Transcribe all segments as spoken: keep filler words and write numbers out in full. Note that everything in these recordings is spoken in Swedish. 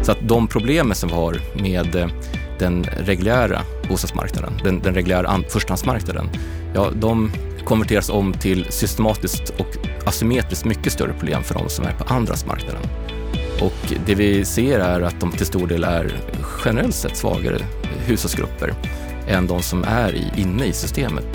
Så att de problemen som vi har med den reguljära bostadsmarknaden, den, den reguljära förstahandsmarknaden, ja, de konverteras om till systematiskt och asymmetriskt mycket större problem för de som är på andrahandsmarknaden. Och det vi ser är att de till stor del är generellt sett svagare hushållsgrupper än de som är i, inne i systemet.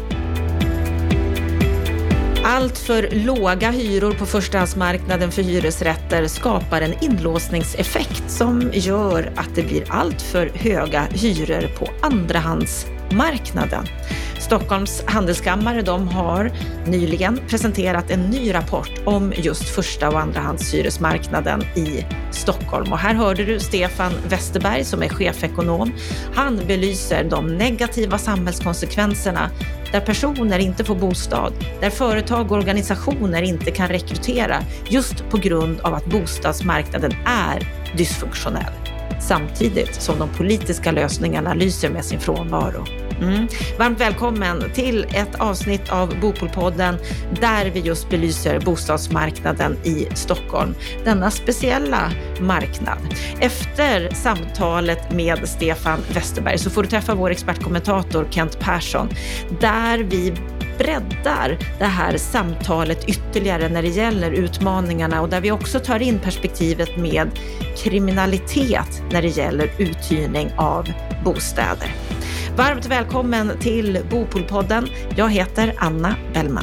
Allt för låga hyror på förstahandsmarknaden för hyresrätter skapar en inlåsningseffekt som gör att det blir allt för höga hyror på andrahandsmarknaden. Stockholms handelskammare, de har nyligen presenterat en ny rapport om just första- och andrahandshyresmarknaden i Stockholm. Och här hörde du Stefan Westerberg som är chefekonom. Han belyser de negativa samhällskonsekvenserna där personer inte får bostad, där företag och organisationer inte kan rekrytera just på grund av att bostadsmarknaden är dysfunktionell. Samtidigt som de politiska lösningarna lyser med sin frånvaro. Mm. Varmt välkommen till ett avsnitt av Bopolpodden där vi just belyser bostadsmarknaden i Stockholm. Denna speciella marknad. Efter samtalet med Stefan Westerberg så får du träffa vår expertkommentator Kent Persson där vi breddar det här samtalet ytterligare när det gäller utmaningarna och där vi också tar in perspektivet med kriminalitet när det gäller uthyrning av bostäder. Varmt välkommen till Bopolpodden. Jag heter Anna Bellman.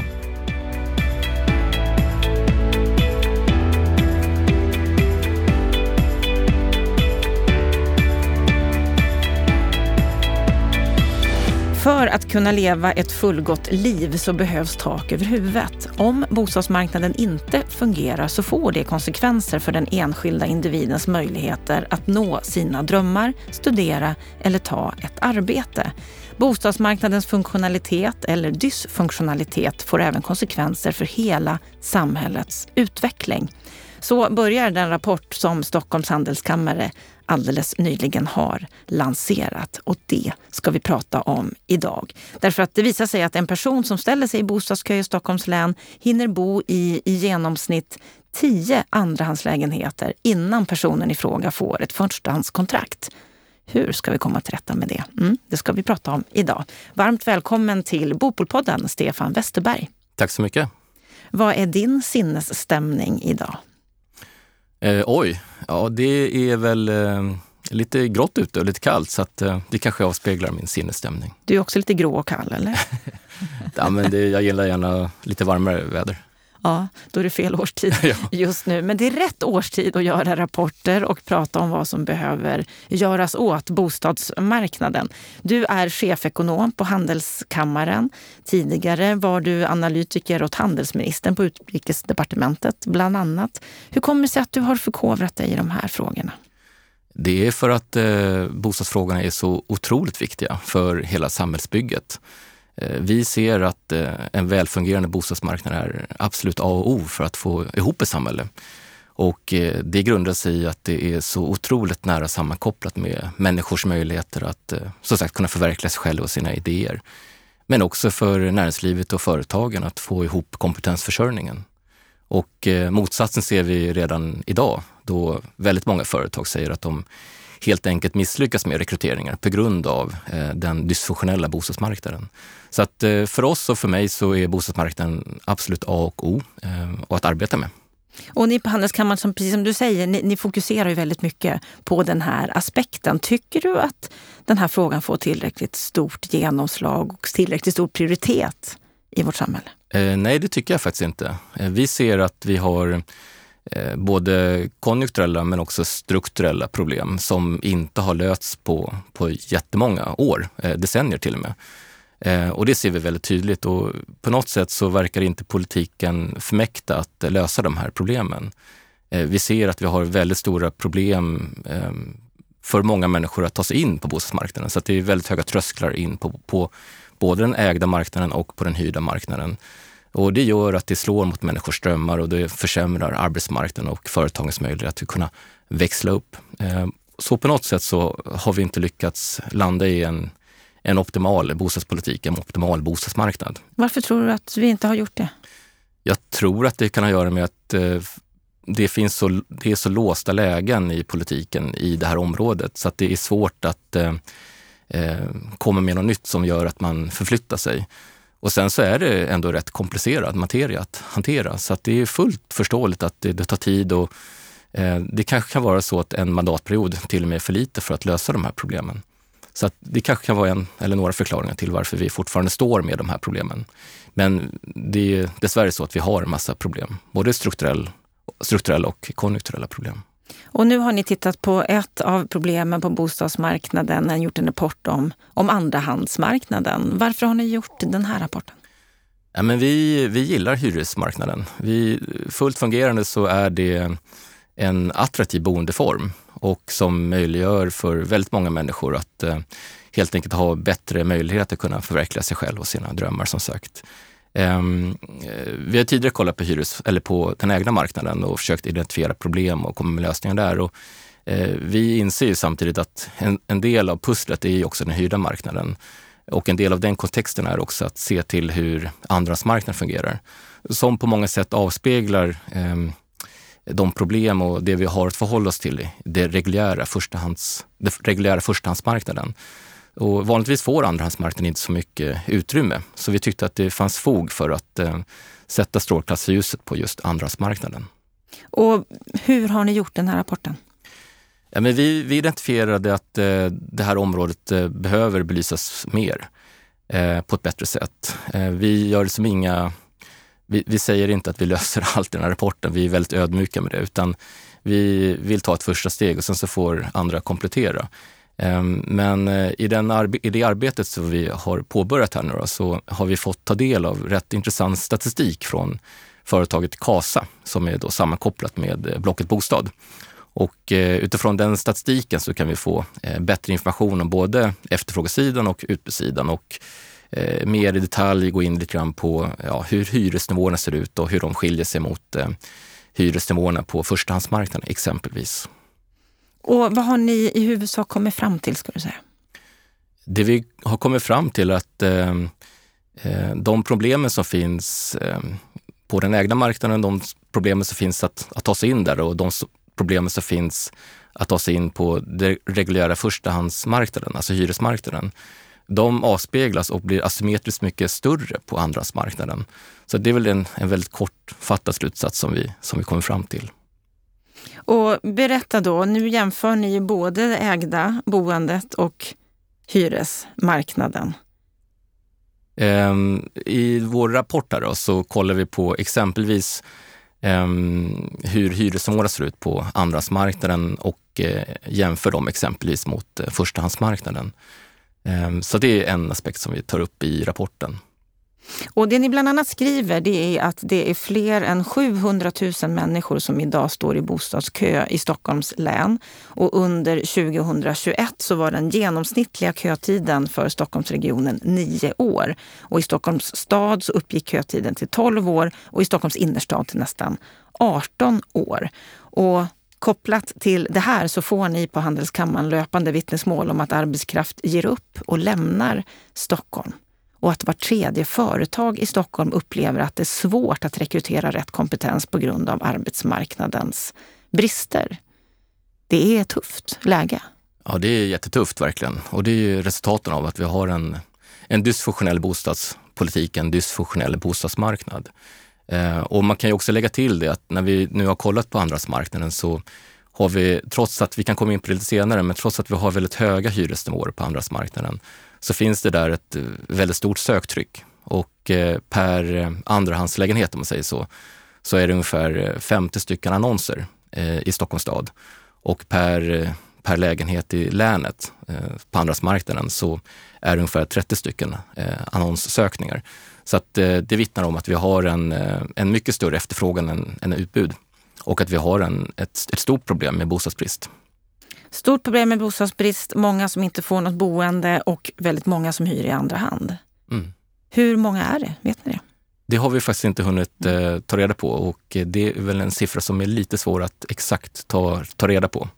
För att kunna leva ett fullgott liv så behövs tak över huvudet. Om bostadsmarknaden inte fungerar så får det konsekvenser för den enskilda individens möjligheter att nå sina drömmar, studera eller ta ett arbete. Bostadsmarknadens funktionalitet eller dysfunktionalitet får även konsekvenser för hela samhällets utveckling. Så börjar den rapport som Stockholms handelskammare alldeles nyligen har lanserat och det ska vi prata om idag. Därför att det visar sig att en person som ställer sig i bostadskö i Stockholms län hinner bo i i genomsnitt tio andrahandslägenheter innan personen i fråga får ett förstahandskontrakt. Hur ska vi komma till rätta med det? Mm, det ska vi prata om idag. Varmt välkommen till Bopolpodden, Stefan Westerberg. Tack så mycket. Vad är din sinnesstämning idag? Eh, oj, ja det är väl eh, lite grått ute och lite kallt så att eh, det kanske avspeglar min sinnesstämning. Du är också lite grå och kall, eller? Ja, men det, jag gillar gärna lite varmare väder. Ja, då är det fel årstid ja. just nu. Men det är rätt årstid att göra rapporter och prata om vad som behöver göras åt bostadsmarknaden. Du är chefekonom på Handelskammaren. Tidigare var du analytiker åt handelsministern på Utrikesdepartementet bland annat. Hur kommer det sig att du har förkovrat dig i de här frågorna? Det är för att eh, bostadsfrågorna är så otroligt viktiga för hela samhällsbygget. Vi ser att en välfungerande bostadsmarknad är absolut A och O för att få ihop ett samhälle. Och det grundar sig i att det är så otroligt nära sammankopplat med människors möjligheter att så sagt kunna förverkliga sig själva och sina idéer. Men också för näringslivet och företagen att få ihop kompetensförsörjningen. Och motsatsen ser vi redan idag då väldigt många företag säger att de helt enkelt misslyckas med rekryteringar på grund av eh, den dysfunktionella bostadsmarknaden. Så att eh, för oss och för mig så är bostadsmarknaden absolut A och O eh, och att arbeta med. Och ni på Handelskammaren, som, precis som du säger, ni, ni fokuserar ju väldigt mycket på den här aspekten. Tycker du att den här frågan får tillräckligt stort genomslag och tillräckligt stor prioritet i vårt samhälle? Eh, nej, det tycker jag faktiskt inte. Eh, vi ser att vi har både konjunkturella men också strukturella problem som inte har lösts på, på jättemånga år, decennier till och med. Och det ser vi väldigt tydligt och på något sätt så verkar inte politiken förmäkta att lösa de här problemen. Vi ser att vi har väldigt stora problem för många människor att ta sig in på bostadsmarknaden så att det är väldigt höga trösklar in på, på både den ägda marknaden och på den hyrda marknaden. Och det gör att det slår mot människors drömmar och det försämrar arbetsmarknaden och företagens möjlighet att kunna växla upp. Så på något sätt så har vi inte lyckats landa i en, en optimal bostadspolitik, en optimal bostadsmarknad. Varför tror du att vi inte har gjort det? Jag tror att det kan ha att göra med att det, finns så, det är så låsta lägen i politiken i det här området så att det är svårt att eh, komma med något nytt som gör att man förflyttar sig. Och sen så är det ändå rätt komplicerad materia att hantera så att det är fullt förståeligt att det, det tar tid och eh, det kanske kan vara så att en mandatperiod till och med är för lite för att lösa de här problemen. Så att det kanske kan vara en eller några förklaringar till varför vi fortfarande står med de här problemen. Men det är dessvärre så att vi har en massa problem, både strukturell, strukturella och konjunkturella problem. Och nu har ni tittat på ett av problemen på bostadsmarknaden och gjort en rapport om, om andrahandsmarknaden. Varför har ni gjort den här rapporten? Ja, men vi, vi gillar hyresmarknaden. Vi, fullt fungerande så är det en attraktiv boendeform och som möjliggör för väldigt många människor att eh, helt enkelt ha bättre möjlighet att kunna förverkliga sig själv och sina drömmar som sagt. Um, vi har tidigare kollat på, hyres, eller på den ägda marknaden och försökt identifiera problem och komma med lösningar där. Och, uh, vi inser ju samtidigt att en, en del av pusslet är ju också den hyrda marknaden. Och en del av den kontexten är också att se till hur andrahandsmarknaden fungerar. Som på många sätt avspeglar um, de problem och det vi har att förhålla oss till i det reguljära, förstahands, det reguljära förstahandsmarknaden. Och vanligtvis får andrahandsmarknaden inte så mycket utrymme. Så vi tyckte att det fanns fog för att eh, sätta strålkastarljuset på just andrahandsmarknaden. Och hur har ni gjort den här rapporten? Ja, men vi, vi identifierade att eh, det här området eh, behöver belysas mer eh, på ett bättre sätt. Eh, vi gör det som inga... Vi, vi säger inte att vi löser allt i den här rapporten. Vi är väldigt ödmjuka med det. Utan vi vill ta ett första steg och sen så får andra komplettera. Men i, den arbe- i det arbetet som vi har påbörjat här nu då, så har vi fått ta del av rätt intressant statistik från företaget Casa som är då sammankopplat med Blocket Bostad. Och utifrån den statistiken så kan vi få bättre information om både efterfrågesidan och utbudssidan och mer i detalj gå in lite grann på ja, hur hyresnivåerna ser ut och hur de skiljer sig mot hyresnivåerna på förstahandsmarknaden exempelvis. Och vad har ni i huvudsak kommit fram till, ska du säga? Det vi har kommit fram till att eh, de problemen som finns eh, på den ägda marknaden, de problemen som finns att, att ta sig in där och de problemen som finns att ta sig in på den reguljära förstahandsmarknaden, alltså hyresmarknaden, de avspeglas och blir asymmetriskt mycket större på andrahandsmarknaden. Så det är väl en, en väldigt kortfattad slutsats som vi, som vi kommer fram till. Och berätta då, nu jämför ni både det ägda boendet och hyresmarknaden. Um, I vår rapport här då, så kollar vi på exempelvis um, hur hyresnivåerna ser ut på andrahandsmarknaden och uh, jämför dem exempelvis mot uh, förstahandsmarknaden. Um, så det är en aspekt som vi tar upp i rapporten. Och det ni bland annat skriver, det är att det är fler än sjuhundratusen människor som idag står i bostadskö i Stockholms län. Och under tjugohundratjugoett så var den genomsnittliga kötiden för Stockholmsregionen nio år. Och i Stockholms stad så uppgick kötiden till tolv år och i Stockholms innerstad till nästan arton år. Och kopplat till det här så får ni på Handelskammaren löpande vittnesmål om att arbetskraft ger upp och lämnar Stockholm. Och att var tredje företag i Stockholm upplever att det är svårt att rekrytera rätt kompetens på grund av arbetsmarknadens brister. Det är ett tufft läge. Ja, det är jättetufft verkligen. Och det är ju resultaten av att vi har en, en dysfunktionell bostadspolitik, en dysfunktionell bostadsmarknad. Eh, och man kan ju också lägga till det att när vi nu har kollat på andrahandsmarknaden så har vi, trots att vi kan komma in på det lite senare, men trots att vi har väldigt höga hyresnivåer på andrahandsmarknaden så finns det där ett väldigt stort söktryck. Och eh, per andrahandslägenhet, om man säger så, så är det ungefär femtio stycken annonser eh, i Stockholms stad. Och per, per lägenhet i länet eh, på andrahandsmarknaden så är det ungefär trettio stycken eh, annonssökningar. Så att eh, det vittnar om att vi har en, eh, en mycket större efterfrågan än, än utbud. Och att vi har en, ett, ett stort problem med bostadsbrist. Stort problem med bostadsbrist, många som inte får något boende och väldigt många som hyr i andra hand. Mm. Hur många är det? Vet ni det? Det har vi faktiskt inte hunnit eh, ta reda på och det är väl en siffra som är lite svår att exakt ta, ta reda på.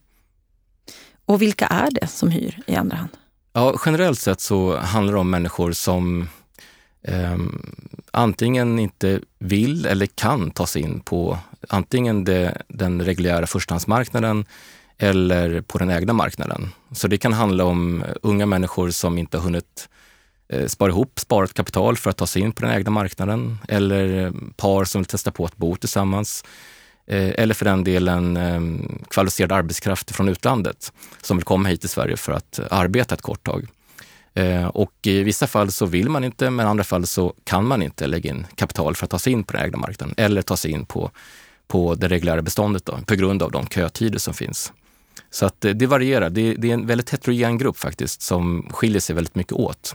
Och vilka är det som hyr i andra hand? Ja, generellt sett så handlar det om människor som eh, antingen inte vill eller kan ta sig in på antingen det, den reguljära förstahandsmarknaden eller på den ägda marknaden. Så det kan handla om unga människor som inte har hunnit eh, spara ihop sparat kapital för att ta sig in på den ägda marknaden, eller par som vill testa på att bo tillsammans, eh, eller för den delen eh, kvalificerad arbetskraft från utlandet som vill komma hit till Sverige för att arbeta ett kort tag. Eh, och i vissa fall så vill man inte, men i andra fall så kan man inte lägga in kapital för att ta sig in på den ägda marknaden eller ta sig in på, på det reguljära beståndet då, på grund av de kötider som finns. Så att det varierar. Det, det är en väldigt heterogen grupp faktiskt som skiljer sig väldigt mycket åt.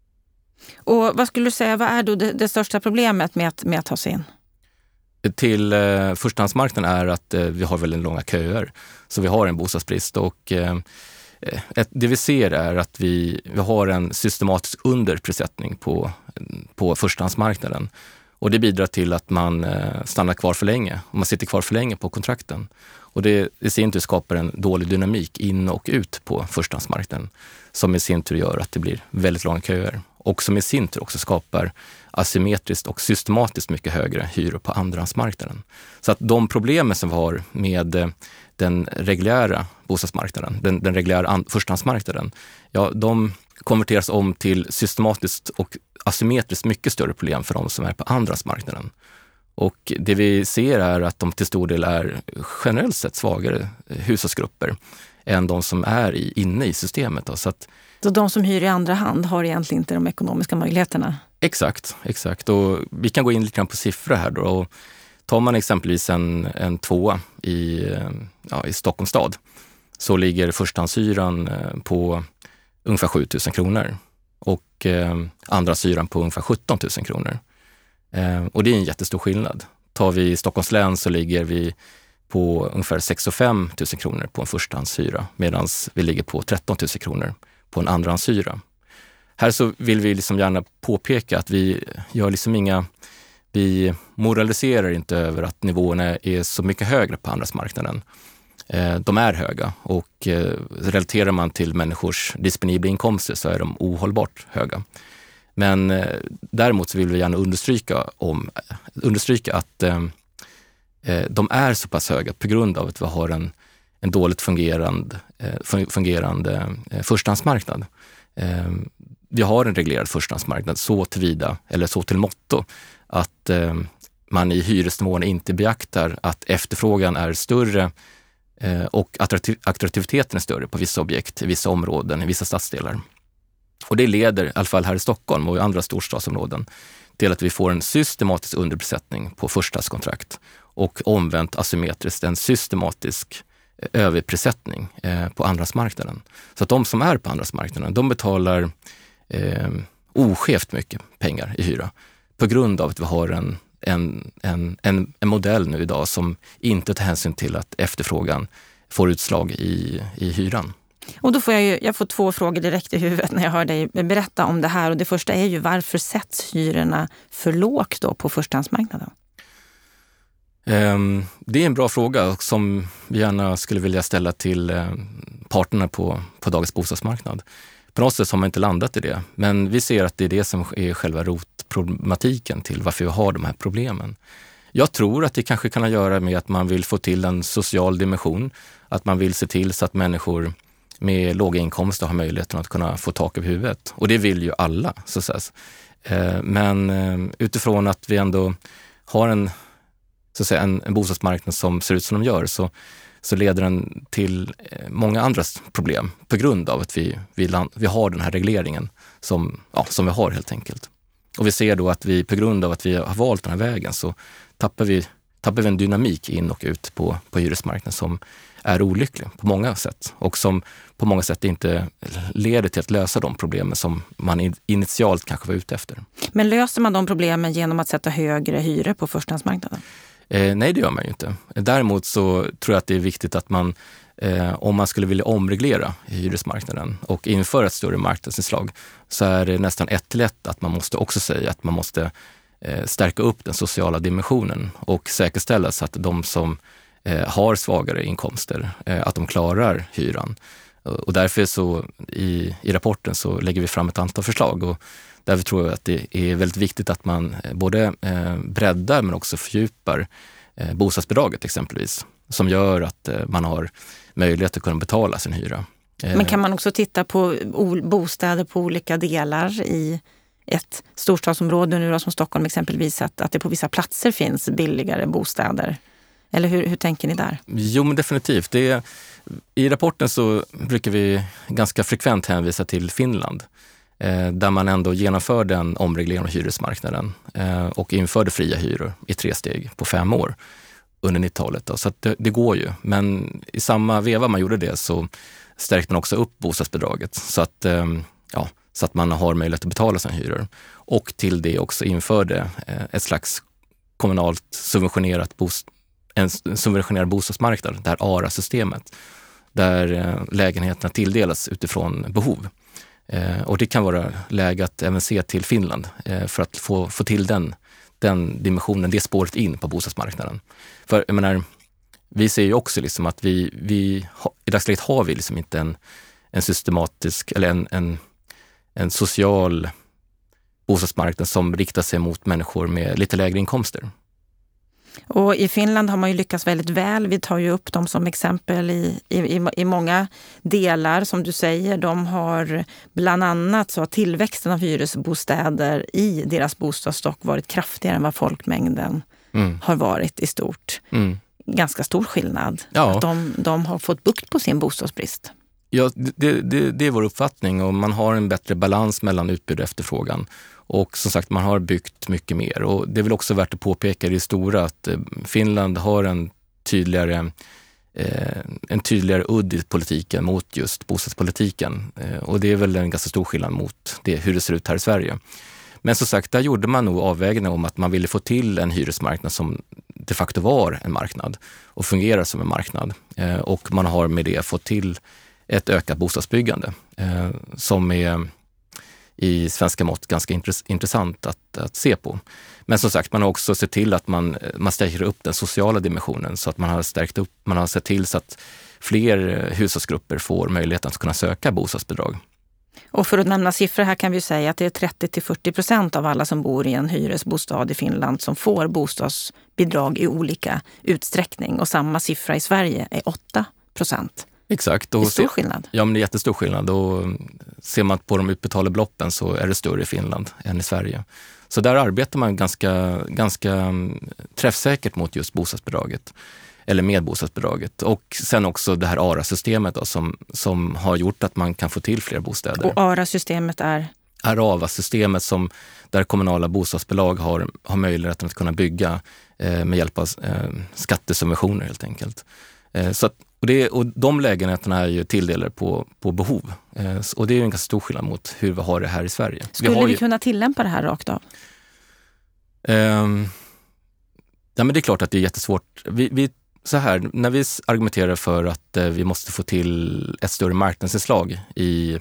Och vad skulle du säga, vad är då det, det största problemet med att, med att ta sig in? Till eh, förstahandsmarknaden är att eh, vi har väldigt långa köer. Så vi har en bostadsbrist och eh, ett, det vi ser är att vi, vi har en systematisk underprissättning på, på förstahandsmarknaden. Och det bidrar till att man eh, stannar kvar för länge. Och man sitter kvar för länge på kontrakten. Och det i sin tur skapar en dålig dynamik in och ut på förstahandsmarknaden. Som i sin tur gör att det blir väldigt långa köer. Och som i sin tur också skapar asymmetriskt och systematiskt mycket högre hyror på andrahandsmarknaden. Så att de problemen som vi har med den reguljära bostadsmarknaden, den, den reguljära an, förstahandsmarknaden, ja, de konverteras om till systematiskt och asymmetriskt mycket större problem för de som är på andrahandsmarknaden. Och det vi ser är att de till stor del är generellt sett svagare hushållsgrupper än de som är i, inne i systemet. Då. Så att, så de som hyr i andra hand har egentligen inte de ekonomiska möjligheterna? Exakt, exakt. Och vi kan gå in lite grann på siffror här då. Och tar man exempelvis en, en tvåa i, ja, i Stockholms stad så ligger förstahandshyran på ungefär sju tusen kronor och eh, andrahandshyran på ungefär sjutton tusen kronor. Eh, och det är en jättestor skillnad. Tar vi i Stockholms län så ligger vi på ungefär sextiofem tusen kronor på en förstahandshyra medan vi ligger på tretton tusen kronor på en andrahandshyra. Här så vill vi liksom gärna påpeka att vi gör liksom inga, vi moraliserar inte över att nivåerna är så mycket högre på andrahandsmarknaden. Eh, de är höga och eh, relaterar man till människors disponibla inkomster så är de ohållbart höga. Men eh, däremot så vill vi gärna understryka, om, understryka att eh, de är så pass höga på grund av att vi har en, en dåligt fungerande, eh, fungerande eh, förstahandsmarknad. Eh, vi har en reglerad förstahandsmarknad så tillvida, eller så till motto, att eh, man i hyresnivån inte beaktar att efterfrågan är större eh, och attraktiv- attraktiviteten är större på vissa objekt, i vissa områden, i vissa stadsdelar. Och det leder, i alla fall här i Stockholm och i andra storstadsområden, till att vi får en systematisk underprissättning på förstahandskontrakt och omvänt asymmetriskt en systematisk överprissättning eh, på andrahandsmarknaden. Så att de som är på andrahandsmarknaden, de betalar eh, oskevt mycket pengar i hyra på grund av att vi har en, en, en, en, en modell nu idag som inte tar hänsyn till att efterfrågan får utslag i, i hyran. Och då får jag ju, jag får två frågor direkt i huvudet när jag hör dig berätta om det här. Och det första är ju, varför sätts hyrorna för lågt då på förstahandsmarknaden? Um, det är en bra fråga som vi gärna skulle vilja ställa till uh, parterna på, på dagens bostadsmarknad. På något sätt har man inte landat i det, men vi ser att det är det som är själva rotproblematiken till varför vi har de här problemen. Jag tror att det kanske kan ha att göra med att man vill få till en social dimension, att man vill se till så att människor med låga inkomster har möjligheten att kunna få tak över huvudet. Och det vill ju alla, så att säga. Men utifrån att vi ändå har en, så att säga, en, en bostadsmarknad som ser ut som de gör, så, så leder den till många andra problem på grund av att vi, vi, land, vi har den här regleringen som, ja, som vi har helt enkelt. Och vi ser då att vi på grund av att vi har valt den här vägen så tappar vi, tappar vi en dynamik in och ut på, på hyresmarknaden som är olycklig på många sätt och som på många sätt inte leder till att lösa de problemen som man initialt kanske var ute efter. Men löser man de problemen genom att sätta högre hyror på förstahandsmarknaden? Eh, nej, det gör man ju inte. Däremot så tror jag att det är viktigt att man, eh, om man skulle vilja omreglera hyresmarknaden och införa ett större marknadsinslag, så är det nästan ett till ett att man måste också säga att man måste eh, stärka upp den sociala dimensionen och säkerställa så att de som eh, har svagare inkomster, eh, att de klarar hyran. Och därför så i, i rapporten så lägger vi fram ett antal förslag, och därför tror jag att det är väldigt viktigt att man både eh, breddar men också fördjupar eh, bostadsbidraget exempelvis, som gör att eh, man har möjlighet att kunna betala sin hyra. Eh, Men kan man också titta på bostäder på olika delar i ett storstadsområde nu då, som Stockholm exempelvis, att, att det på vissa platser finns billigare bostäder? Eller hur, hur tänker ni där? Jo, men definitivt. Det är, i rapporten så brukar vi ganska frekvent hänvisa till Finland, eh, där man ändå genomförde en omreglering av hyresmarknaden eh, och införde fria hyror i tre steg på fem år under nittiotalet. Då. Så att det, det går ju. Men i samma veva man gjorde det så stärkte man också upp bostadsbidraget så att, eh, ja, så att man har möjlighet att betala sina hyror. Och till det också införde eh, ett slags kommunalt subventionerat bostadsbidrag, en subventionerad bostadsmarknad, det här A R A-systemet, där eh, lägenheterna tilldelas utifrån behov. Eh, och det kan vara läge att även se till Finland eh, för att få, få till den, den dimensionen, det spåret in på bostadsmarknaden. För jag menar, vi ser ju också liksom att vi, vi ha, i dagsläget har vi liksom inte en, en systematisk eller en, en, en social bostadsmarknad som riktar sig mot människor med lite lägre inkomster. Och i Finland har man ju lyckats väldigt väl. Vi tar ju upp dem som exempel i, i, i många delar, som du säger. De har bland annat så har tillväxten av hyresbostäder i deras bostadsstock varit kraftigare än vad folkmängden mm. har varit i stort. Mm. Ganska stor skillnad. Ja. Att de, de har fått bukt på sin bostadsbrist. Ja, det, det, det är vår uppfattning, och man har en bättre balans mellan utbud och efterfrågan. Och som sagt, man har byggt mycket mer. Och det är väl också värt att påpeka i det stora att Finland har en tydligare, eh, en tydligare udd i politiken mot just bostadspolitiken. Eh, och det är väl en ganska stor skillnad mot det, hur det ser ut här i Sverige. Men som sagt, där gjorde man nog avvägningar om att man ville få till en hyresmarknad som de facto var en marknad och fungerar som en marknad. Eh, och man har med det fått till ett ökat bostadsbyggande eh, som är i svenska mått ganska intressant att, att se på. Men som sagt, man har också sett till att man, man stärker upp den sociala dimensionen, så att man har stärkt upp, man har sett till så att fler hushållsgrupper får möjlighet att kunna söka bostadsbidrag. Och för att nämna siffror här kan vi säga att det är trettio till fyrtio procent av alla som bor i en hyresbostad i Finland som får bostadsbidrag i olika utsträckning. Och samma siffra i Sverige är åtta procent. Exakt. Och det är stor skillnad. Ja, men det är jättestor skillnad. Och ser man på de utbetalade beloppen så är det större i Finland än i Sverige. Så där arbetar man ganska, ganska träffsäkert mot just bostadsbidraget. Eller med bostadsbidraget. Och sen också det här A R A-systemet då, som, som har gjort att man kan få till fler bostäder. Och A R A-systemet är? A R A-systemet som där kommunala bostadsbolag har, har möjlighet att kunna bygga eh, med hjälp av eh, skattesubventioner helt enkelt. Eh, så att, och, det, och de lägenheterna är ju tilldelade på, på behov. Eh, och det är ju en ganska stor skillnad mot hur vi har det här i Sverige. Skulle vi, har vi ju, kunna tillämpa det här rakt av? Eh, ja, men det är klart att det är jättesvårt. Vi, vi Så här, när vi argumenterar för att eh, vi måste få till ett större marknadsinslag i,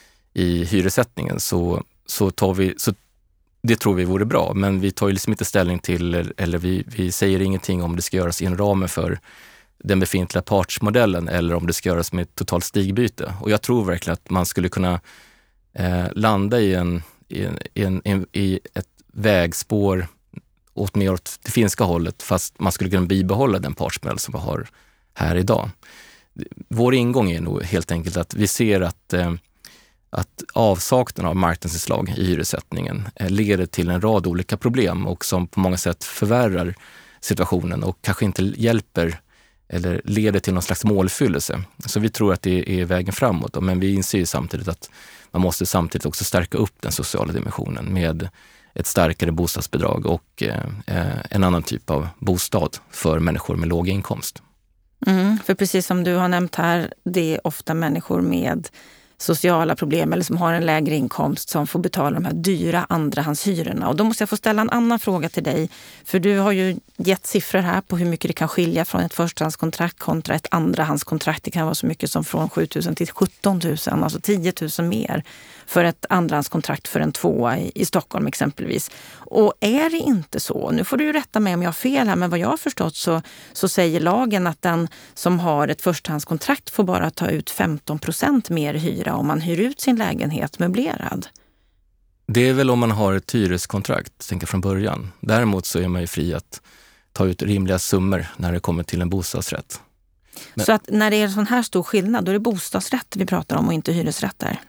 i hyressättningen så, så tar vi, så det tror vi vore bra, men vi tar ju liksom inte ställning till, eller vi, vi säger ingenting om det ska göras inom ramen för den befintliga partsmodellen eller om det ska göras med ett totalt stigbyte. Och jag tror verkligen att man skulle kunna eh, landa i, en, i, en, i, en, i ett vägspår åt mer åt det finska hållet, fast man skulle kunna bibehålla den partsmodell som vi har här idag. Vår ingång är nog helt enkelt att vi ser att, eh, att avsaknaden av marknadsinslag i hyressättningen eh, leder till en rad olika problem och som på många sätt förvärrar situationen och kanske inte hjälper eller leder till någon slags målfyllelse. Så vi tror att det är vägen framåt, då, men vi inser ju samtidigt att man måste samtidigt också stärka upp den sociala dimensionen med ett starkare bostadsbidrag och eh, en annan typ av bostad för människor med låg inkomst. Mm, för precis som du har nämnt här, det är ofta människor med sociala problem eller som har en lägre inkomst som får betala de här dyra andrahandshyrorna. Och då måste jag få ställa en annan fråga till dig. För du har ju gett siffror här på hur mycket det kan skilja från ett förstahandskontrakt kontra ett andrahandskontrakt. Det kan vara så mycket som från sju tusen till sjutton tusen, alltså tio tusen mer för ett andrahandskontrakt för en tvåa i, i Stockholm exempelvis. Och är det inte så, nu får du ju rätta mig om jag har fel här, men vad jag har förstått så, så säger lagen att den som har ett förstahandskontrakt får bara ta ut femton procent mer hyra om man hyr ut sin lägenhet möblerad. Det är väl om man har ett hyreskontrakt, tänker från början. Däremot så är man ju fri att ta ut rimliga summor när det kommer till en bostadsrätt. Men, så att när det är en sån här stor skillnad, då är det bostadsrätter vi pratar om och inte hyresrätter?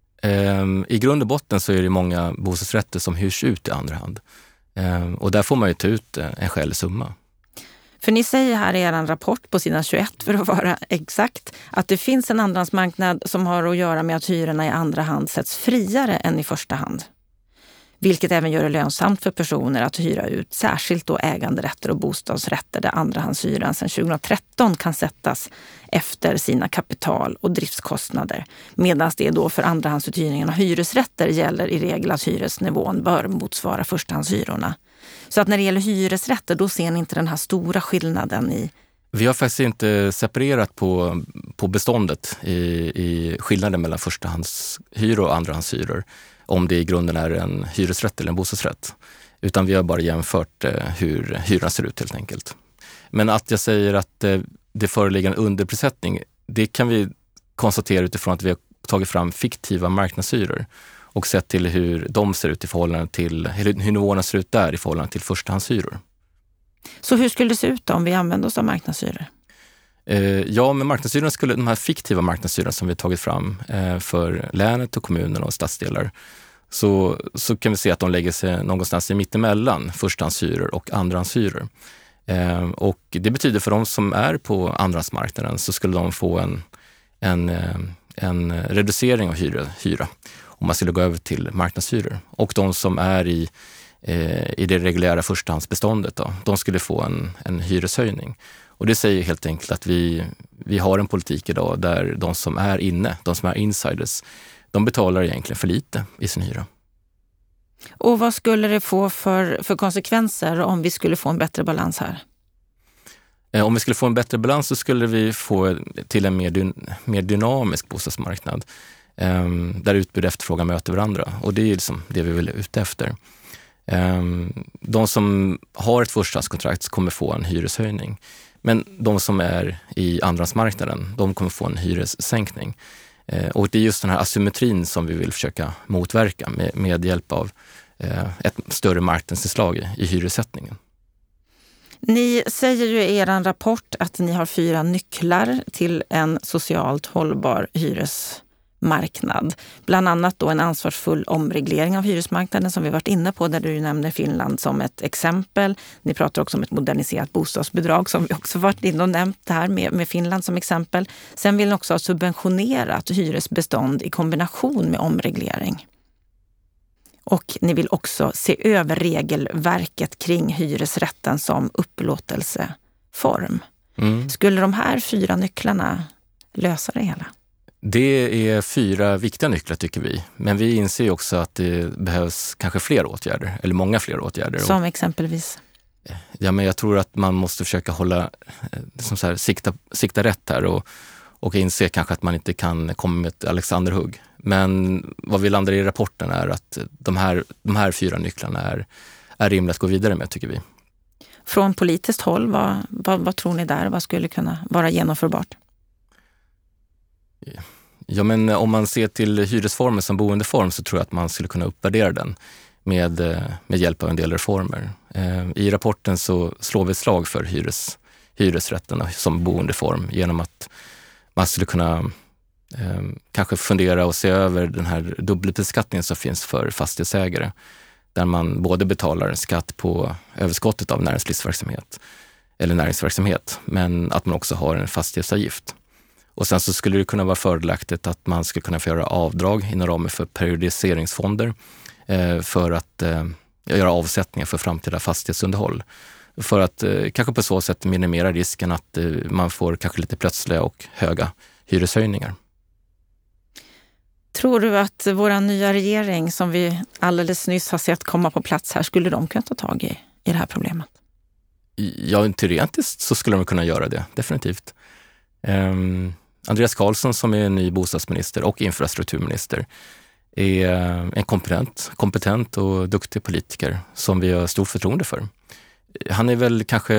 Um, I grund och botten så är det många bostadsrätter som hyrs ut i andra hand. Um, och där får man ju ta ut en skälig summa. För ni säger här i er rapport på sidan tjugoett, för att vara exakt, att det finns en andrahandsmarknad som har att göra med att hyrorna i andra hand sätts friare än i första hand. Vilket även gör det lönsamt för personer att hyra ut, särskilt då äganderätter och bostadsrätter där andrahandshyran sedan tjugohundratretton kan sättas efter sina kapital- och driftskostnader. Medan det då för andrahandsuthyrningen av hyresrätter gäller i regel att hyresnivån bör motsvara förstahandshyrorna. Så att när det gäller hyresrätter, då ser ni inte den här stora skillnaden i... Vi har faktiskt inte separerat på, på beståndet i, i skillnaden mellan förstahandshyror och andrahandshyror, om det i grunden är en hyresrätt eller en bostadsrätt. Utan vi har bara jämfört eh, hur hyran ser ut helt enkelt. Men att jag säger att eh, det föreligger en underprissättning, det kan vi konstatera utifrån att vi har tagit fram fiktiva marknadshyror och sett till hur de ser ut i förhållande till, hur nivåerna ser ut där i förhållande till förstahandshyror. Så hur skulle det se ut då om vi använder oss av marknadshyror? Eh, ja, med marknadshyrorna skulle de här fiktiva marknadshyrorna som vi har tagit fram eh, för länet och kommunen och stadsdelar, så, så kan vi se att de lägger sig någonstans i mittemellan förstahandshyror och andrahandshyror. Eh, och det betyder för de som är på andrahandsmarknaden så skulle de få en, en, en reducering av hyra, hyra om man skulle gå över till marknadshyror. Och de som är i, eh, i det reguljära förstahandsbeståndet då, de skulle få en, en hyreshöjning. Och det säger helt enkelt att vi, vi har en politik idag där de som är inne, de som är insiders, de betalar egentligen för lite i sin hyra. Och vad skulle det få för, för konsekvenser om vi skulle få en bättre balans här? Om vi skulle få en bättre balans så skulle vi få till en mer, dyn, mer dynamisk bostadsmarknad um, där utbud och efterfrågan möter varandra. Och det är liksom det vi vill ute efter. Um, de som har ett förstahandskontrakt kommer få en hyreshöjning. Men de som är i andrahandsmarknaden, de kommer få en hyressänkning. Uh, och det är just den här asymmetrin som vi vill försöka motverka med, med hjälp av uh, ett större marknadsinslag i, i hyressättningen. Ni säger ju i er rapport att ni har fyra nycklar till en socialt hållbar hyresmarknad. Bland annat då en ansvarsfull omreglering av hyresmarknaden som vi varit inne på, där du nämner Finland som ett exempel. Ni pratar också om ett moderniserat bostadsbidrag som vi också varit inne och nämnt här med, med Finland som exempel. Sen vill ni också ha subventionerat hyresbestånd i kombination med omreglering. Och ni vill också se över regelverket kring hyresrätten som upplåtelseform. Mm. Skulle de här fyra nycklarna lösa det hela? Det är fyra viktiga nycklar tycker vi. Men vi inser också att det behövs kanske fler åtgärder, eller många fler åtgärder. Som exempelvis? Ja, men jag tror att man måste försöka hålla, som så här, sikta, sikta rätt här och, och inse kanske att man inte kan komma med ett Alexanderhugg. Men vad vi landar i rapporten är att de här, de här fyra nycklarna är, är rimligt att gå vidare med, tycker vi. Från politiskt håll, vad, vad, vad tror ni där? Vad skulle kunna vara genomförbart? Ja, men om man ser till hyresformen som boendeform så tror jag att man skulle kunna uppvärdera den med, med hjälp av en del reformer. I rapporten så slår vi ett slag för hyres, hyresrätten som boendeform genom att man skulle kunna eh, kanske fundera och se över den här dubbelbeskattningen som finns för fastighetsägare. Där man både betalar skatt på överskottet av näringslivsverksamhet eller näringsverksamhet, men att man också har en fastighetsavgift. Och sen så skulle det kunna vara fördelaktigt att man skulle kunna få göra avdrag inom ramen för periodiseringsfonder eh, för att eh, göra avsättningar för framtida fastighetsunderhåll. För att eh, kanske på så sätt minimera risken att eh, man får kanske lite plötsliga och höga hyreshöjningar. Tror du att vår nya regering som vi alldeles nyss har sett komma på plats här, skulle de kunna ta tag i, i det här problemet? Ja, teoretiskt så skulle de kunna göra det, definitivt. Um, Andreas Karlsson som är ny bostadsminister och infrastrukturminister är en kompetent, kompetent och duktig politiker som vi har stort förtroende för. Han är väl kanske,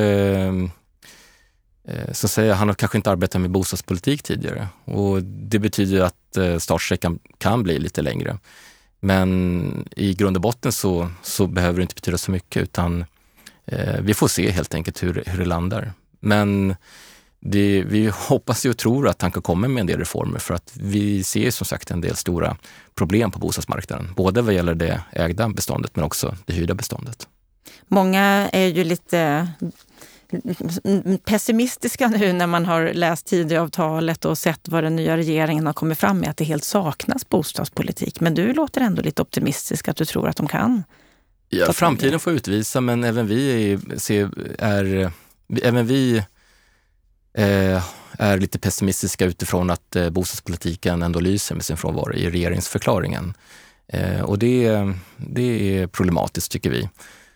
så att säga, han har kanske inte arbetat med bostadspolitik tidigare och det betyder att startsträckan kan bli lite längre. Men i grund och botten så, så behöver det inte betyda så mycket, utan Eh, vi får se helt enkelt hur, hur det landar. Men det, vi hoppas ju och tror att han kan komma med en del reformer, för att vi ser som sagt en del stora problem på bostadsmarknaden. Både vad gäller det ägda beståndet men också det hyrda beståndet. Många är ju lite pessimistiska nu när man har läst Tidöavtalet och sett vad den nya regeringen har kommit fram med, att det helt saknas bostadspolitik. Men du låter ändå lite optimistisk att du tror att de kan. Ja, framtiden får utvisa, men även vi är, ser, är, även vi eh, är lite pessimistiska utifrån att eh, bostadspolitiken ändå lyser med sin frånvaro i regeringsförklaringen. Eh, och det, det är problematiskt tycker vi.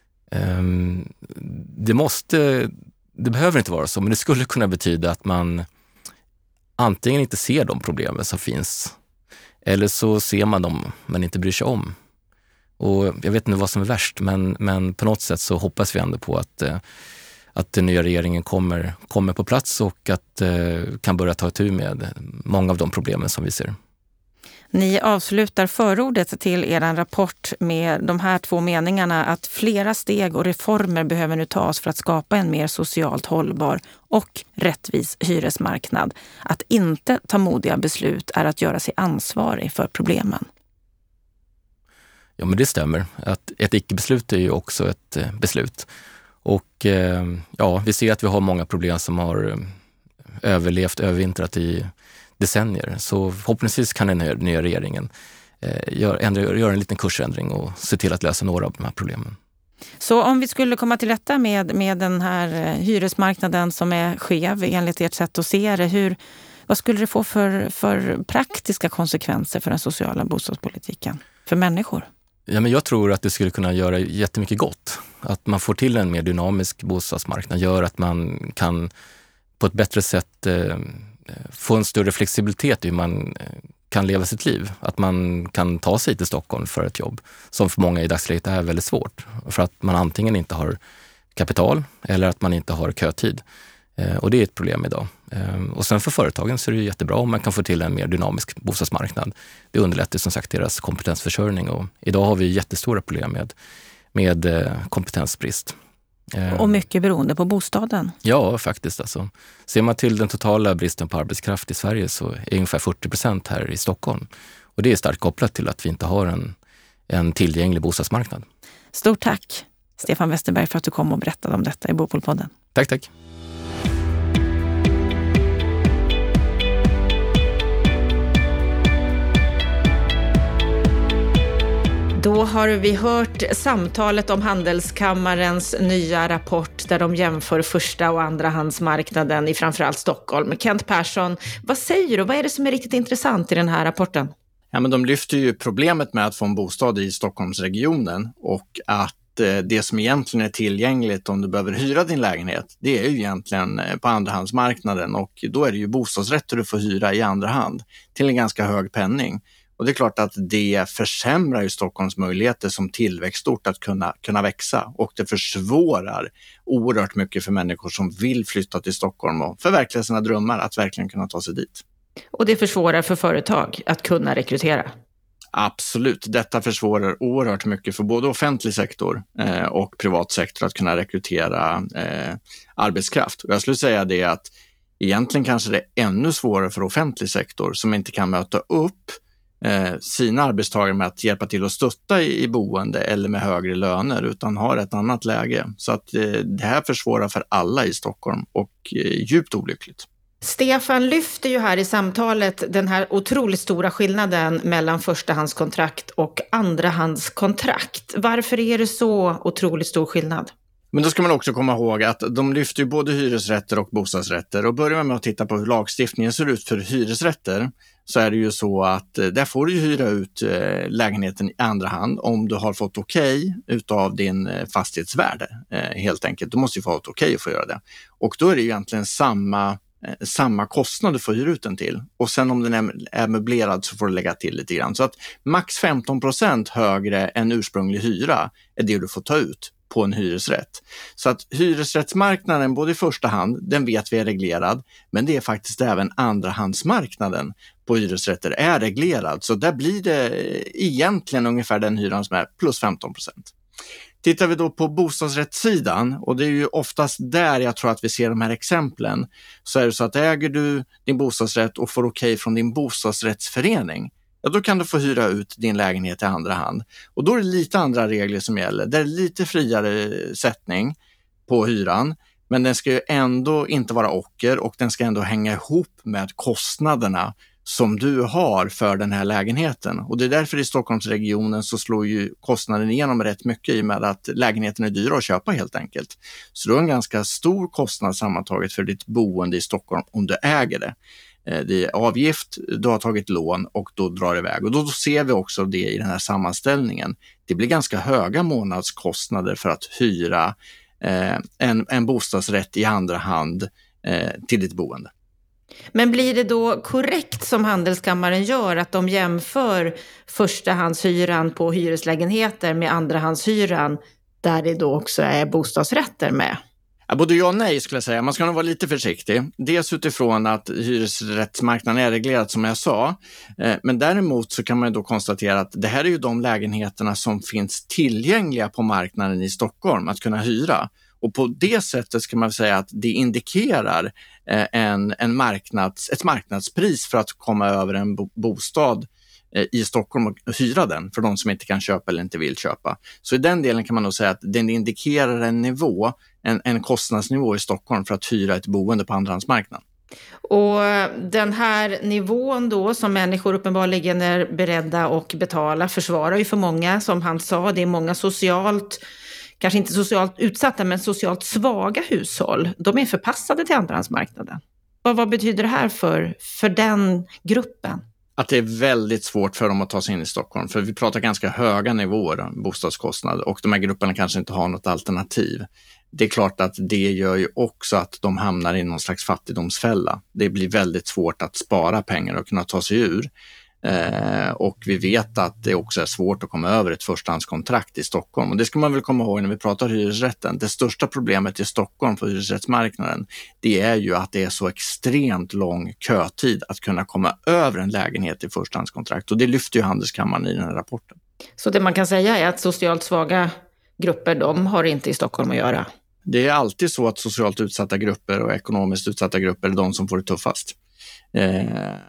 Det måste, det behöver inte vara så, men det skulle kunna betyda att man antingen inte ser de problemen som finns, eller så ser man dem men inte bryr sig om. Och jag vet inte vad som är värst, men, men på något sätt så hoppas vi ändå på att, att den nya regeringen kommer, kommer på plats och att kan börja ta itu med många av de problemen som vi ser. Ni avslutar förordet till er rapport med de här två meningarna, att flera steg och reformer behöver nu tas för att skapa en mer socialt hållbar och rättvis hyresmarknad. Att inte ta modiga beslut är att göra sig ansvarig för problemen. Ja, men det stämmer. Att ett icke-beslut är ju också ett beslut. Och ja, vi ser att vi har många problem som har överlevt, övervintrat i decennier. Så förhoppningsvis kan den nya regeringen eh, göra, ändra, göra en liten kursändring och se till att lösa några av de här problemen. Så om vi skulle komma till rätta med, med den här hyresmarknaden som är skev enligt ert sätt att se det, hur, vad skulle det få för, för praktiska konsekvenser för den sociala bostadspolitiken, för människor? Ja, men jag tror att det skulle kunna göra jättemycket gott. Att man får till en mer dynamisk bostadsmarknad gör att man kan på ett bättre sätt eh, få en större flexibilitet i hur man kan leva sitt liv. Att man kan ta sig till Stockholm för ett jobb som för många i dagsläget är väldigt svårt. För att man antingen inte har kapital eller att man inte har kötid. Och det är ett problem idag. Och sen för företagen så är det jättebra om man kan få till en mer dynamisk bostadsmarknad. Det underlättar som sagt deras kompetensförsörjning och idag har vi jättestora problem med, med kompetensbrist. Och mycket beroende på bostaden. Ja, faktiskt. Alltså. Ser man till den totala bristen på arbetskraft i Sverige så är ungefär fyrtio procent här i Stockholm. Och det är starkt kopplat till att vi inte har en, en tillgänglig bostadsmarknad. Stort tack, Stefan Westerberg, för att du kom och berättade om detta i Bopolpodden. Tack, tack. Då har vi hört samtalet om Handelskammarens nya rapport där de jämför första- och andrahandsmarknaden i framförallt Stockholm. Kent Persson, vad säger du? Vad är det som är riktigt intressant i den här rapporten? Ja, men de lyfter ju problemet med att få en bostad i Stockholmsregionen och att det som egentligen är tillgängligt om du behöver hyra din lägenhet, det är ju egentligen på andrahandsmarknaden och då är det ju bostadsrätter du får hyra i andra hand till en ganska hög penning. Och det är klart att det försämrar ju Stockholms möjligheter som tillväxtort att kunna, kunna växa. Och det försvårar oerhört mycket för människor som vill flytta till Stockholm och förverkliga sina drömmar att verkligen kunna ta sig dit. Och det försvårar för företag att kunna rekrytera? Absolut. Detta försvårar oerhört mycket för både offentlig sektor eh, och privat sektor att kunna rekrytera eh, arbetskraft. Och jag skulle säga det att egentligen kanske det är ännu svårare för offentlig sektor som inte kan möta upp sina arbetstagare med att hjälpa till att stötta i, i boende eller med högre löner utan har ett annat läge. Så att eh, det här försvårar för alla i Stockholm och eh, djupt olyckligt. Stefan lyfter ju här i samtalet den här otroligt stora skillnaden mellan förstahandskontrakt och andrahandskontrakt. Varför är det så otroligt stor skillnad? Men då ska man också komma ihåg att de lyfter ju både hyresrätter och bostadsrätter. Och börjar man med att titta på hur lagstiftningen ser ut för hyresrätter så är det ju så att där får du hyra ut lägenheten i andra hand om du har fått okej utav din fastighetsvärde helt enkelt. Du måste ju få ett okej att få göra det. Och då är det ju egentligen samma, samma kostnad du får hyra ut den till. Och sen om den är, är möblerad så får du lägga till lite grann. Så att max femton procent högre än ursprunglig hyra är det du får ta ut på en hyresrätt. Så att hyresrättsmarknaden både i första hand, den vet vi är reglerad, men det är faktiskt även andrahandsmarknaden på hyresrätter är reglerad. Så där blir det egentligen ungefär den hyran som är plus femton procent. Tittar vi då på bostadsrättssidan, och det är ju oftast där jag tror att vi ser de här exemplen, så är det så att äger du din bostadsrätt och får okej från din bostadsrättsförening, ja, då kan du få hyra ut din lägenhet i andra hand. Och då är det lite andra regler som gäller. Det är lite friare sättning på hyran, men den ska ju ändå inte vara ocker och den ska ändå hänga ihop med kostnaderna som du har för den här lägenheten. Och det är därför i Stockholmsregionen så slår ju kostnaden igenom rätt mycket i och med att lägenheten är dyra att köpa helt enkelt. Så du har en ganska stor kostnad sammantaget för ditt boende i Stockholm om du äger det. Det är avgift, du har tagit lån och då drar det iväg. Och då ser vi också det i den här sammanställningen. Det blir ganska höga månadskostnader för att hyra eh, en, en bostadsrätt i andra hand eh, till ditt boende. Men blir det då korrekt som Handelskammaren gör att de jämför förstahandshyran på hyreslägenheter med andrahandshyran där det då också är bostadsrätter med? Ja, både ja och nej skulle jag säga. Man ska nog vara lite försiktig. Dels utifrån att hyresrättsmarknaden är reglerad som jag sa. Men däremot så kan man då konstatera att det här är ju de lägenheterna som finns tillgängliga på marknaden i Stockholm att kunna hyra. Och på det sättet ska man säga att det indikerar en, en marknads, ett marknadspris för att komma över en bo, bostad i Stockholm och hyra den för de som inte kan köpa eller inte vill köpa. Så i den delen kan man nog säga att den indikerar en nivå, en, en kostnadsnivå i Stockholm för att hyra ett boende på andrahandsmarknaden. Och den här nivån då som människor uppenbarligen är beredda att betala försvarar ju för många, som han sa, det är många socialt, kanske inte socialt utsatta men socialt svaga hushåll. De är förpassade till andrahandsmarknaden. Och vad betyder det här för, för den gruppen? Att det är väldigt svårt för dem att ta sig in i Stockholm. För vi pratar ganska höga nivåer bostadskostnad och de här grupperna kanske inte har något alternativ. Det är klart att det gör ju också att de hamnar i någon slags fattigdomsfälla. Det blir väldigt svårt att spara pengar och kunna ta sig ur. Eh, och vi vet att det också är svårt att komma över ett förstahandskontrakt i Stockholm. Och det ska man väl komma ihåg när vi pratar hyresrätten. Det största problemet i Stockholm för hyresrättsmarknaden, det är ju att det är så extremt lång kötid att kunna komma över en lägenhet i förstahandskontrakt. Och det lyfter ju Handelskammaren i den här rapporten. Så det man kan säga är att socialt svaga grupper, de har inte i Stockholm att göra? Det är alltid så att socialt utsatta grupper och ekonomiskt utsatta grupper är de som får det tuffast. Eh,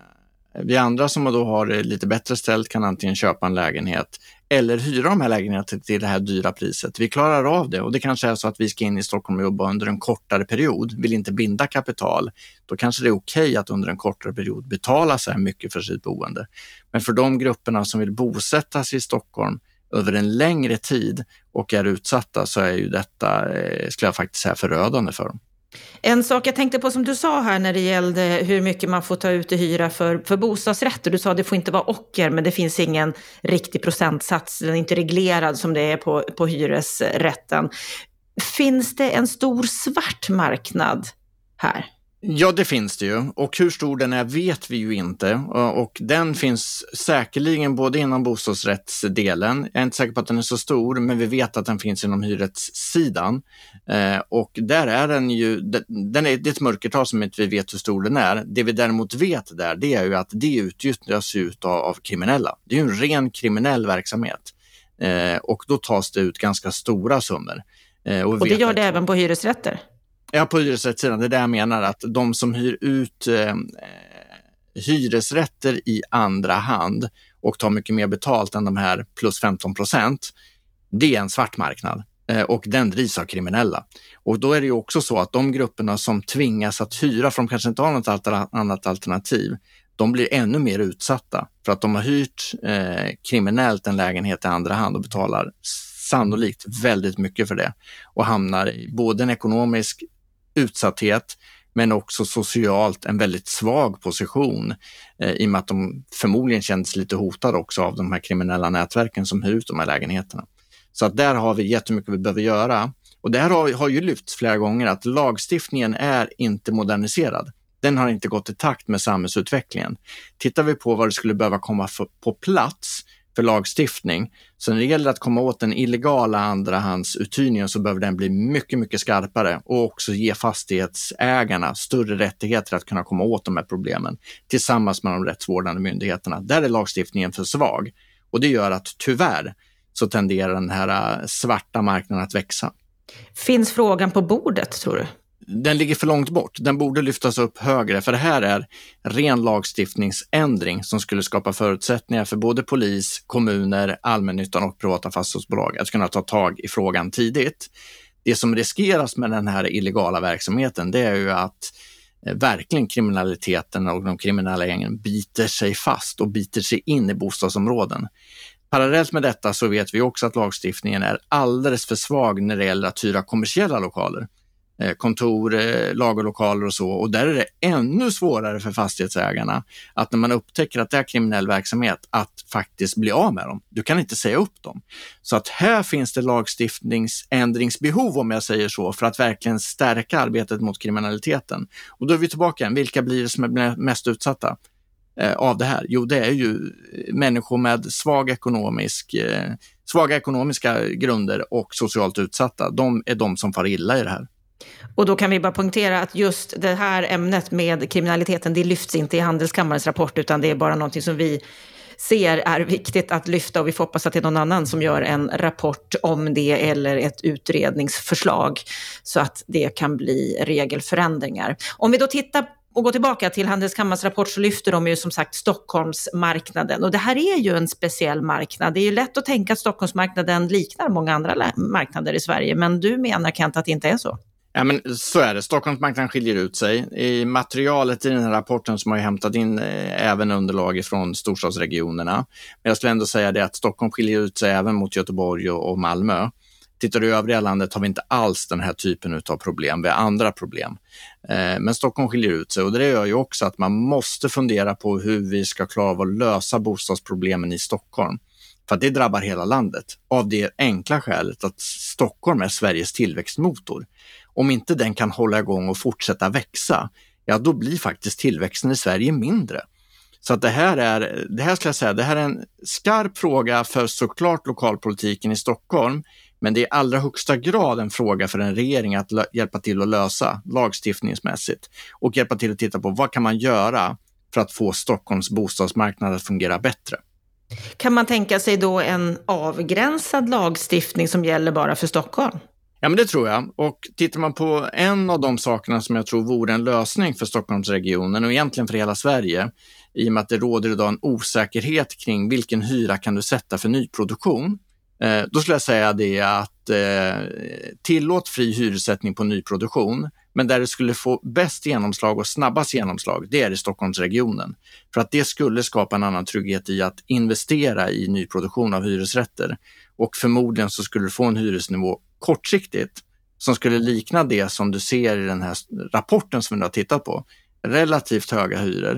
Vi andra som då har det lite bättre ställt kan antingen köpa en lägenhet eller hyra de här lägenheterna till det här dyra priset. Vi klarar av det och det kanske är så att vi ska in i Stockholm och jobba under en kortare period, vill inte binda kapital. Då kanske det är okej att under en kortare period betala så här mycket för sitt boende. Men för de grupperna som vill bosätta sig i Stockholm över en längre tid och är utsatta så är ju detta, skulle jag faktiskt säga, förödande för dem. En sak jag tänkte på som du sa här när det gällde hur mycket man får ta ut i hyra för, för bostadsrätter. Du sa att det får inte vara ocker, men det finns ingen riktig procentsats. Den är inte reglerad som det är på, på hyresrätten. Finns det en stor svart marknad här? Ja, det finns det ju. Och hur stor den är vet vi ju inte. Och den finns säkerligen både inom bostadsrättsdelen. Jag är inte säker på att den är så stor, men vi vet att den finns inom hyresrättssidan. Och där är den ju, den är, det är ett mörkertal som inte vi vet hur stor den är. Det vi däremot vet där, det är ju att det utnyttjas ut av, av kriminella. Det är ju en ren kriminell verksamhet. Och då tas det ut ganska stora summor. Och, och det gör det att, även på hyresrätter? Ja, på hyresrättssidan. Det är det jag menar, att de som hyr ut eh, hyresrätter i andra hand och tar mycket mer betalt än de här plus femton procent, det är en svart marknad eh, och den drivs av kriminella. Och då är det ju också så att de grupperna som tvingas att hyra, för de kanske inte har något alter- annat alternativ, de blir ännu mer utsatta för att de har hyrt eh, kriminellt en lägenhet i andra hand och betalar sannolikt väldigt mycket för det och hamnar i både en ekonomisk utsatthet men också socialt en väldigt svag position eh, i och med att de förmodligen känns lite hotade också av de här kriminella nätverken som hyr ut de här lägenheterna. Så att där har vi jättemycket vi behöver göra. Och det här har, har ju lyfts flera gånger att lagstiftningen är inte moderniserad. Den har inte gått i takt med samhällsutvecklingen. Tittar vi på vad det skulle behöva komma för, på plats för lagstiftning. Så när det gäller att komma åt den illegala andrahandsuthyrningen så behöver den bli mycket, mycket skarpare och också ge fastighetsägarna större rättigheter att kunna komma åt de här problemen tillsammans med de rättsvårdande myndigheterna. Där är lagstiftningen för svag och det gör att tyvärr så tenderar den här svarta marknaden att växa. Finns frågan på bordet, tror du? Den ligger för långt bort. Den borde lyftas upp högre, för det här är ren lagstiftningsändring som skulle skapa förutsättningar för både polis, kommuner, allmännyttan och privata fastighetsbolag att kunna ta tag i frågan tidigt. Det som riskeras med den här illegala verksamheten, det är ju att eh, verkligen kriminaliteten och de kriminella gängen biter sig fast och biter sig in i bostadsområden. Parallellt med detta så vet vi också att lagstiftningen är alldeles för svag när det gäller att hyra kommersiella lokaler. Kontor, lagerlokaler och så. Och där är det ännu svårare för fastighetsägarna att när man upptäcker att det är kriminell verksamhet att faktiskt bli av med dem. Du kan inte säga upp dem. Så att här finns det lagstiftningsändringsbehov, om jag säger så, för att verkligen stärka arbetet mot kriminaliteten. Och då är vi tillbaka igen. Vilka blir det som är mest utsatta av det här? Jo, det är ju människor med svag ekonomisk, svaga ekonomiska grunder och socialt utsatta. De är de som far illa i det här. Och då kan vi bara poängtera att just det här ämnet med kriminaliteten, det lyfts inte i Handelskammarens rapport, utan det är bara någonting som vi ser är viktigt att lyfta, och vi får hoppas att det är någon annan som gör en rapport om det eller ett utredningsförslag så att det kan bli regelförändringar. Om vi då tittar och går tillbaka till Handelskammarens rapport, så lyfter de ju som sagt Stockholmsmarknaden. Och det här är ju en speciell marknad. Det är ju lätt att tänka att Stockholmsmarknaden liknar många andra marknader i Sverige. Men du menar, Kent, att det inte är så? Ja, men så är det. Stockholmsmarknaden skiljer ut sig. I materialet i den här rapporten som har hämtat in eh, även underlag från storstadsregionerna. Men jag skulle ändå säga det att Stockholm skiljer ut sig även mot Göteborg och, och Malmö. Tittar du i övriga landet har vi inte alls den här typen av problem. Vi har andra problem. Eh, men Stockholm skiljer ut sig, och det gör ju också att man måste fundera på hur vi ska klara av att lösa bostadsproblemen i Stockholm. För att det drabbar hela landet. Av det enkla skälet att Stockholm är Sveriges tillväxtmotor. Om inte den kan hålla igång och fortsätta växa, ja då blir faktiskt tillväxten i Sverige mindre. Så att det här är, det här ska jag säga, det här är en skarp fråga för såklart lokalpolitiken i Stockholm. Men det är i allra högsta grad en fråga för en regering att lö- hjälpa till att lösa lagstiftningsmässigt. Och hjälpa till att titta på vad kan man göra för att få Stockholms bostadsmarknad att fungera bättre. Kan man tänka sig då en avgränsad lagstiftning som gäller bara för Stockholm? Ja, men det tror jag. Och tittar man på en av de sakerna som jag tror vore en lösning för Stockholmsregionen och egentligen för hela Sverige, i och med att det råder idag en osäkerhet kring vilken hyra kan du sätta för nyproduktion, eh, då skulle jag säga det att eh, tillåt fri hyressättning på nyproduktion, men där det skulle få bäst genomslag och snabbast genomslag, det är i Stockholmsregionen. För att det skulle skapa en annan trygghet i att investera i nyproduktion av hyresrätter. Och förmodligen så skulle du få en hyresnivå kortsiktigt som skulle likna det som du ser i den här rapporten som vi har tittat på. Relativt höga hyror.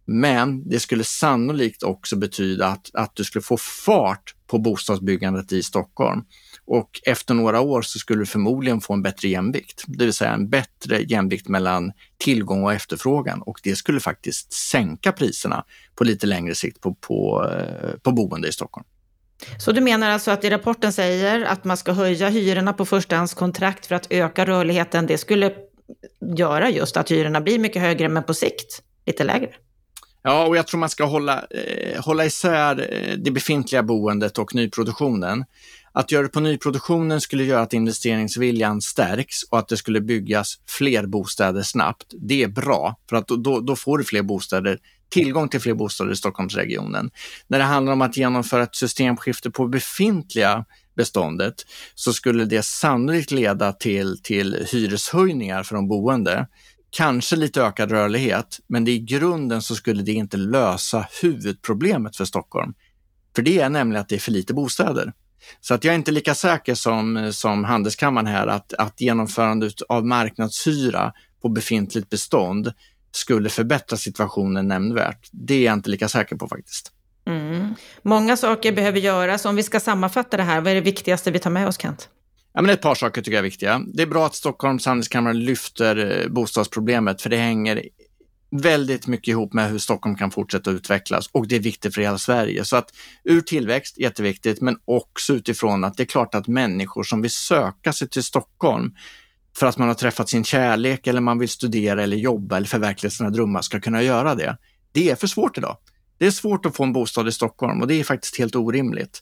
Men det skulle sannolikt också betyda att, att du skulle få fart på bostadsbyggandet i Stockholm. Och efter några år så skulle du förmodligen få en bättre jämvikt. Det vill säga en bättre jämvikt mellan tillgång och efterfrågan. Och det skulle faktiskt sänka priserna på lite längre sikt på, på, på boende i Stockholm. Så du menar alltså att i rapporten säger att man ska höja hyrorna på förstahandskontrakt för att öka rörligheten. Det skulle göra just att hyrorna blir mycket högre, men på sikt lite lägre? Ja, och jag tror man ska hålla, eh, hålla isär det befintliga boendet och nyproduktionen. Att göra det på nyproduktionen skulle göra att investeringsviljan stärks och att det skulle byggas fler bostäder snabbt. Det är bra, för att då, då får du fler bostäder, tillgång till fler bostäder i Stockholmsregionen. När det handlar om att genomföra ett systemskifte på befintliga beståndet så skulle det sannolikt leda till, till hyreshöjningar för de boende. Kanske lite ökad rörlighet, men det i grunden så skulle det inte lösa huvudproblemet för Stockholm. För det är nämligen att det är för lite bostäder. Så att jag är inte lika säker som, som Handelskammaren här att, att genomförandet av marknadshyra på befintligt bestånd skulle förbättra situationen nämnvärt. Det är jag inte lika säker på faktiskt. Mm. Många saker behöver göras. Om vi ska sammanfatta det här, vad är det viktigaste vi tar med oss, Kent? Ja, men ett par saker tycker jag är viktiga. Det är bra att Stockholms handelskammare lyfter bostadsproblemet, för det hänger väldigt mycket ihop med hur Stockholm kan fortsätta utvecklas, och det är viktigt för hela Sverige. Så att ur tillväxt, jätteviktigt, men också utifrån att det är klart att människor som vill söka sig till Stockholm för att man har träffat sin kärlek eller man vill studera eller jobba eller förverkliga sina drömmar ska kunna göra det. Det är för svårt idag. Det är svårt att få en bostad i Stockholm och det är faktiskt helt orimligt.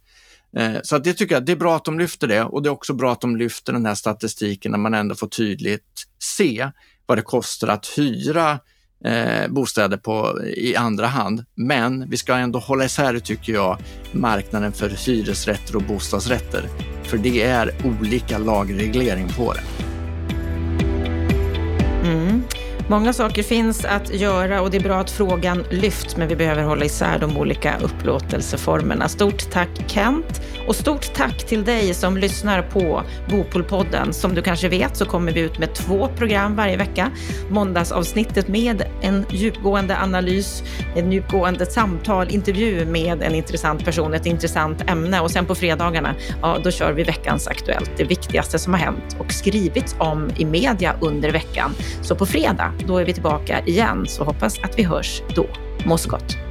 Så att det tycker jag, det är bra att de lyfter det, och det är också bra att de lyfter den här statistiken när man ändå får tydligt se vad det kostar att hyra eh, bostäder på, i andra hand. Men vi ska ändå hålla isär, tycker jag, marknaden för hyresrätter och bostadsrätter. För det är olika lagreglering på det. Mm. Många saker finns att göra och det är bra att frågan lyfts, men vi behöver hålla isär de olika upplåtelseformerna. Stort tack Kent, och stort tack till dig som lyssnar på Bopolpodden. Som du kanske vet så kommer vi ut med två program varje vecka. Måndagsavsnittet med en djupgående analys, en djupgående samtal, intervju med en intressant person, ett intressant ämne, och sen på fredagarna, ja, då kör vi veckans Aktuellt, det viktigaste som har hänt och skrivits om i media under veckan. Så på fredag, då är vi tillbaka igen, så hoppas att vi hörs då. Må så gott!